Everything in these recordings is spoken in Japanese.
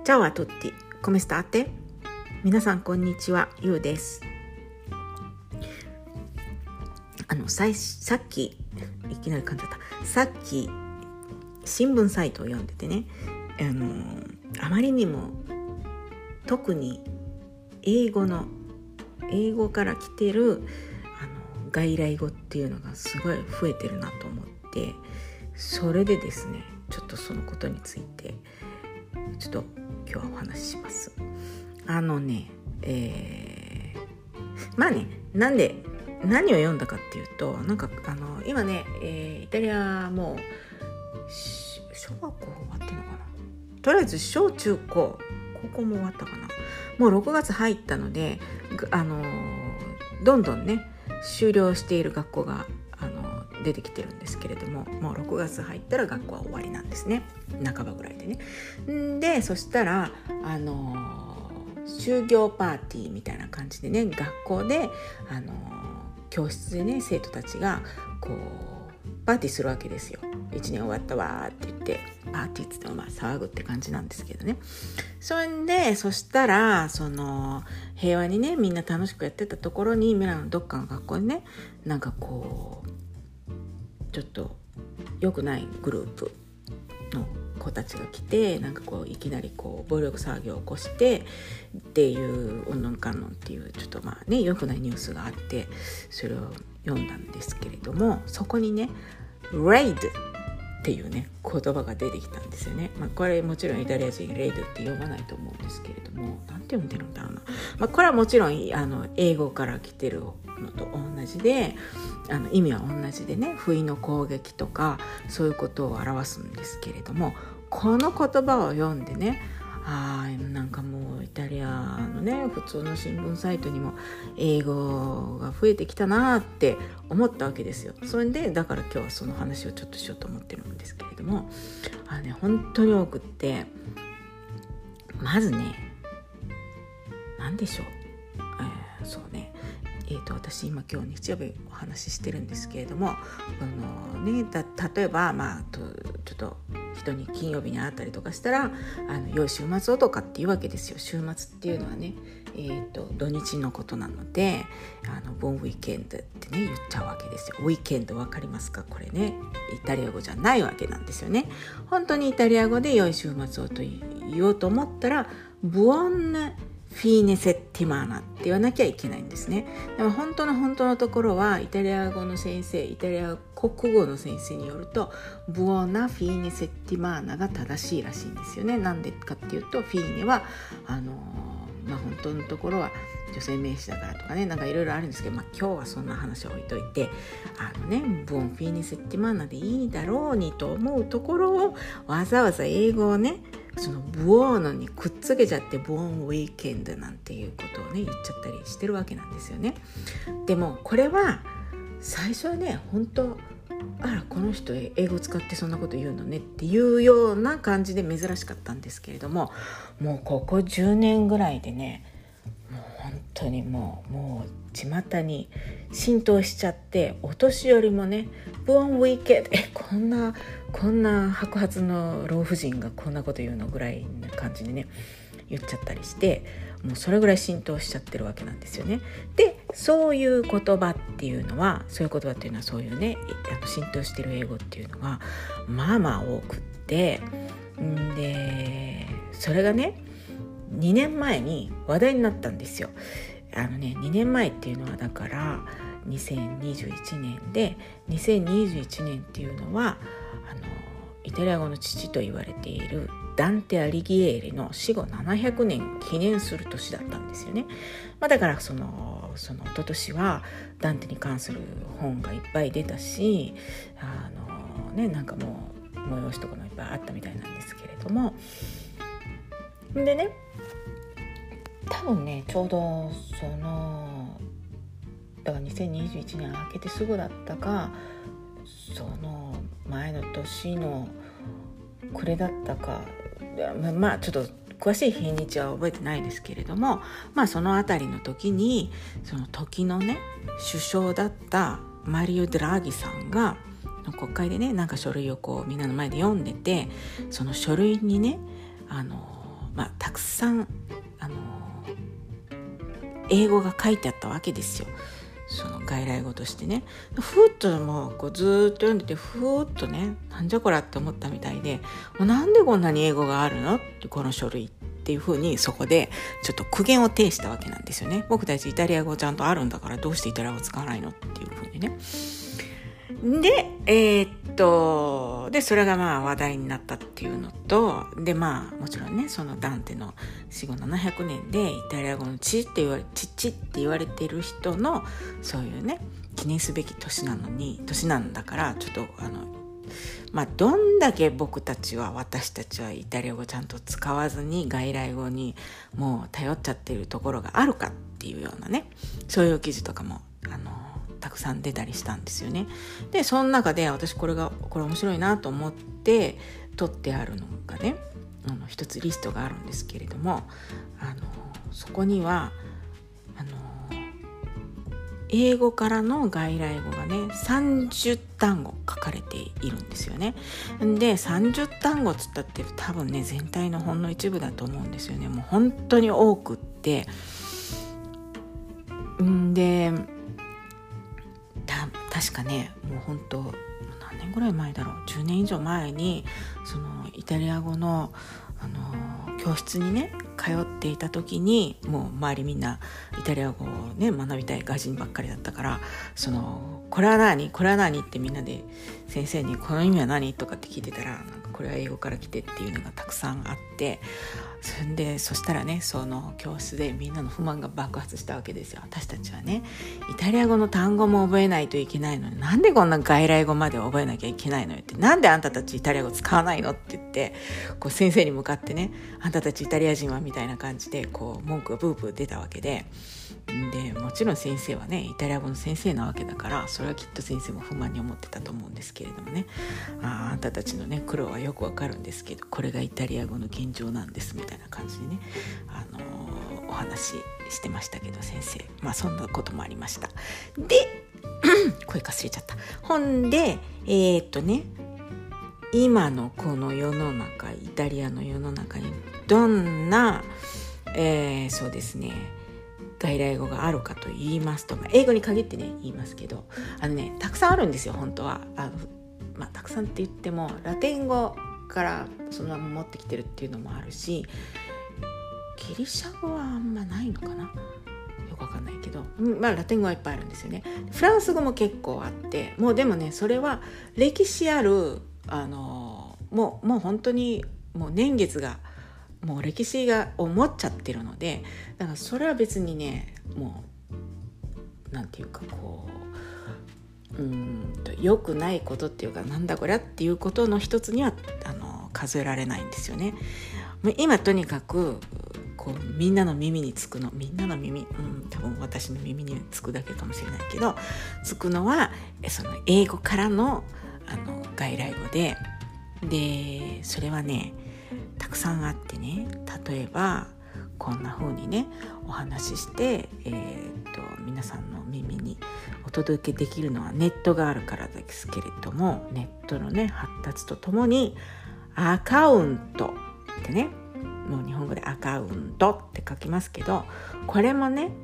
Ciao a tutti, come state? 皆さんこんにちは、ゆうです。さっきいきなり噛んじゃった。さっき新聞サイトを読んでてね、あまりにも特に英語から来てる外来語っていうのがすごい増えてるなと思って、それでですね、ちょっとそのことについてちょっと今日はお話しします。何を読んだかっていうと、今ね、イタリアも小学校終わってんのかな、とりあえず小中高校も終わったかな、もう6月入ったので、どんどんね終了している学校が出てきてるんですけれども、もう6月入ったら学校は終わりなんですね、半ばぐらいでね。でそしたら終業パーティーみたいな感じでね、学校で教室でね生徒たちがこうパーティーするわけですよ。1年終わったわって言って、パーティーって言っても騒ぐって感じなんですけどね。そしたら平和にねみんな楽しくやってたところに、ミラノのどっかの学校にね、ちょっと良くないグループの子たちが来て、いきなり暴力騒ぎを起こしてっていううんぬんかんぬんっていう、ちょっと良くないニュースがあって、それを読んだんですけれども、そこにねレイドっていうね言葉が出てきたんですよね。これもちろんイタリア人レイドって読まないと思うんですけれども、なんて読んでるんだろうな。これはもちろん英語から来てるのと同じで、意味は同じでね、不意の攻撃とかそういうことを表すんですけれども、この言葉を読んでね、もうイタリアのね普通の新聞サイトにも英語が増えてきたなって思ったわけですよ。それでだから今日はその話をちょっとしようと思ってるんですけれども、本当に多くって、まずね、何でしょう、私今日曜日お話ししてるんですけれども、例えばちょっと人に金曜日に会ったりとかしたら、良い週末をとかっていうわけですよ。週末っていうのはね、土日のことなので、ボンウィーケンドってね言っちゃうわけですよ。ウィーケンドわかりますか？これねイタリア語じゃないわけなんですよね。本当にイタリア語で良い週末をと言おうと思ったら、ブオンフィーネセッティマーナって言わなきゃいけないんですね。でも本当のところは、イタリア語の先生、イタリア国語の先生によると、ブオナフィーネセッティマーナが正しいらしいんですよね。なんでかっていうと、フィーネは本当のところは女性名詞だからとかね、いろいろあるんですけど、今日はそんな話を置いといて、ブオンフィーネセッティマーナでいいだろうにと思うところを、わざわざ英語をねそのブオーノにくっつけちゃって、ボーンウィーケンドなんていうことをね言っちゃったりしてるわけなんですよね。でもこれは最初はね、本当この人英語使ってそんなこと言うのねっていうような感じで珍しかったんですけれども、もうここ10年ぐらいでね、もう本当にもう巷に浸透しちゃって、お年寄りもねボーンウィーケンド、こんな白髪の老婦人がこんなこと言うのぐらいな感じでね言っちゃったりして、もうそれぐらい浸透しちゃってるわけなんですよね。でそういう言葉っていうのはそういうね浸透してる英語っていうのが多くって、でそれがね2年前に話題になったんですよ。2年前っていうのはだから2021年で、2021年っていうのはイタリア語の父と言われているダンテ・アリギエーレの死後700年記念する年だったんですよね。だからその一昨年はダンテに関する本がいっぱい出たし、もう催しとかもいっぱいあったみたいなんですけれども、でね、多分ねちょうどだから2021年明けてすぐだったか、その前の年の暮れだったか、ちょっと詳しい日にちは覚えてないですけれども、そのあたりの時にその時のね首相だったマリオ・ドラギさんが国会でね書類をみんなの前で読んでて、その書類にねたくさん英語が書いてあったわけですよ。その外来語としてね。ふーっともうこうずーっと読んでて、ふーっとね、なんじゃこらって思ったみたいで、もうなんでこんなに英語があるのってこの書類っていうふうに、そこでちょっと苦言を呈したわけなんですよね。僕たちイタリア語ちゃんとあるんだからどうしてイタリア語使わないのっていうふうにね。でそれが話題になったっていうのと、でもちろんね、そのダンテの死後700年でイタリア語の父って言われてる人のそういうね記念すべき年なんだから、ちょっとどんだけ私たちはイタリア語ちゃんと使わずに外来語にもう頼っちゃってるところがあるかっていうようなね、そういう記事とかもたくさん出たりしたんですよね。でその中で私これ面白いなと思って取ってあるのがね、一つリストがあるんですけれども、そこには英語からの外来語がね30単語書かれているんですよね。で30単語つったって多分ね全体のほんの一部だと思うんですよね。もう本当に多くって、で確かね、もう本当何年ぐらい前だろう、10年以上前にそのイタリア語の教室にね通っていた時に、もう周りみんなイタリア語をね学びたい外人ばっかりだったから、これは何ってみんなで先生にこの意味は何とかって聞いてたら、なんかこれは英語から来てっていうのがたくさんあって、そしたらね、その教室でみんなの不満が爆発したわけですよ。私たちはねイタリア語の単語も覚えないといけないのに、なんでこんな外来語まで覚えなきゃいけないのよって、なんであんたたちイタリア語使わないのって言って、こう先生に向かってね、あんたたちイタリア人はみたいな感じでこう文句がブーブー出たわけで、もちろん先生はねイタリア語の先生なわけだから、それはきっと先生も不満に思ってたと思うんですけれどもね、あんたたちのね苦労はよくわかるんですけど、これがイタリア語の現状なんですみたいな感じでね、お話ししてましたけど、先生そんなこともありました。で声かすれちゃった。ほんで今のこの世の中、イタリアの世の中にどんな、そうですね外来語があるかと言いますと、英語に限ってね言いますけど、たくさんあるんですよ本当は。たくさんって言ってもラテン語からそのまま持ってきてるっていうのもあるし、ギリシャ語はあんまないのかな、よくわかんないけど、ラテン語はいっぱいあるんですよね。フランス語も結構あって、もうでもねそれは歴史あるもう本当にもう年月がもう歴史を持っちゃってるので、だからそれは別にねもうなんていうかこう良くないことっていうか、なんだこりゃっていうことの一つには数えられないんですよね。今とにかくこうみんなの耳につくの、多分私の耳につくだけかもしれないけど、つくのはその英語からの外来語で、それはねたくさんあってね、例えばこんな風にねお話しして、皆さんの耳にお届けできるのはネットがあるからですけれども、ネットのね発達とともにアカウントってね、もう日本語でアカウントって書きますけど、これもね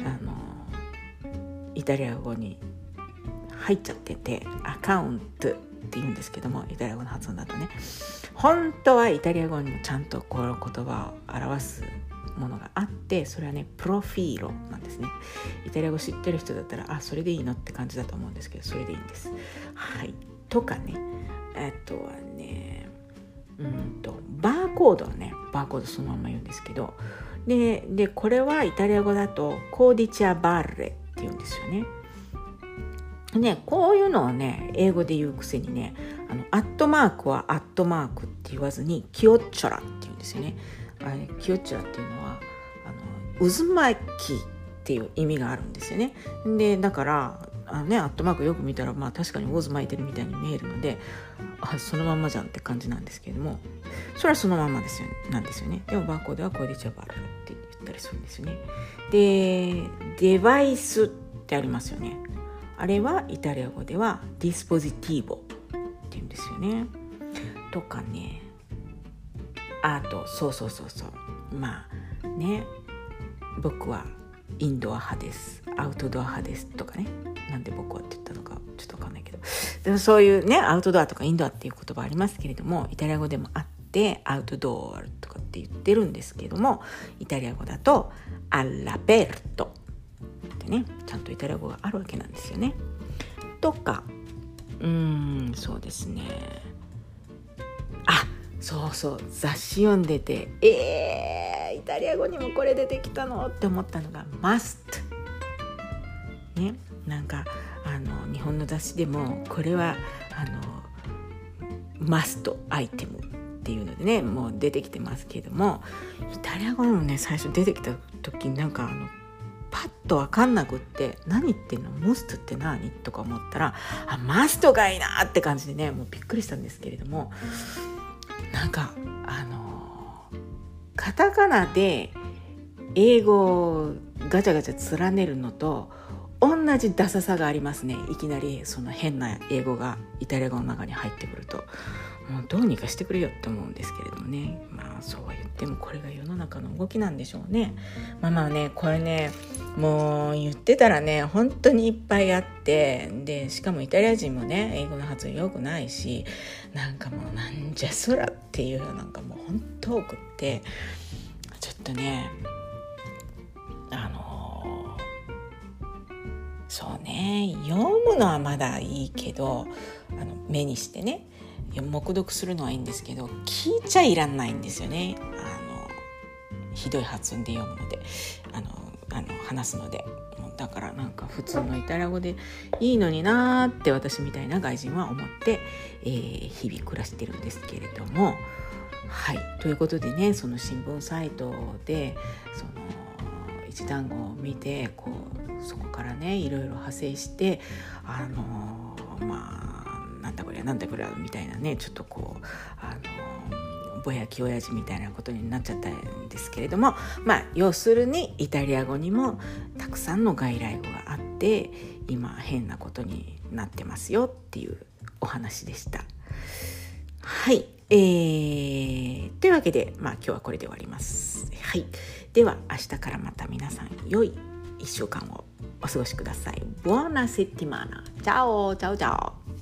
イタリア語に入っちゃってて、アカウントって言うんですけども、イタリア語の発音だとね、本当はイタリア語にもちゃんとこの言葉を表すものがあって、それはねプロフィーロなんですね。イタリア語知ってる人だったらそれでいいのって感じだと思うんですけど、それでいいんです。はいとかね、あとはねバーコードそのまま言うんですけど、でこれはイタリア語だとコーディチャバーレって言うんですよね。こういうのをね英語で言うくせにね、アットマークはアットマークって言わずにキオッチョラって言うんですよね。キオッチョラっていうのは渦巻きっていう意味があるんですよね。でだからアットマークよく見たら確かに渦巻いてるみたいに見えるので、そのまんまじゃんって感じなんですけれども、それはそのまんまなんですよね。でもバーコードはコーディチャバルって言ったりするんですよね。でデバイスってありますよね。あれはイタリア語ではディスポジティーボって言うんですよね。とかね、 あとそうまあね、僕はインドア派です、アウトドア派ですとかね、なんで僕はって言ったのかちょっと分かんないけど、でもそういうねアウトドアとかインドアっていう言葉ありますけれども、イタリア語でもあってアウトドアとかって言ってるんですけれども、イタリア語だとアラベルトってね、ちゃんとイタリア語があるわけなんですよね。とかそうですね、そう雑誌読んでてイタリア語にもこれ出てきたのって思ったのが must ね、なんか日本の雑誌でもこれはマストアイテムっていうのでねもう出てきてますけれども、イタリア語でもね最初出てきた時なんかパッと分かんなくって、何言ってんのムストって何とか思ったらマストがいいなって感じでねもうびっくりしたんですけれども、なんかカタカナで英語をガチャガチャ連ねるのと同じダサさがありますね。いきなりその変な英語がイタリア語の中に入ってくるともうどうにかしてくれよって思うんですけれどもね、まあそうは言ってもこれが世の中の動きなんでしょうね。まあねこれねもう言ってたらね本当にいっぱいあって、でしかもイタリア人もね英語の発音良くないし、なんかもうなんじゃそらっていうなんかもう本当多くって、ちょっとねそうね読むのはまだいいけど目にしてね黙読するのはいいんですけど聞いちゃいらんないんですよね。ひどい発音で読むので話すので、だからなんか普通のイタリア語でいいのになって私みたいな外人は思って、日々暮らしてるんですけれども、はいということでね、その新聞サイトでその一単語を見てそこからねいろいろ派生してなんだこれみたいなねちょっとぼやき親父みたいなことになっちゃったんですけれども、要するにイタリア語にもたくさんの外来語があって今変なことになってますよっていうお話でした。はい、というわけで、今日はこれで終わります。はい、では明日からまた皆さん良い1週間をお過ごしください。Buona settimana. Ciao, ciao, ciao.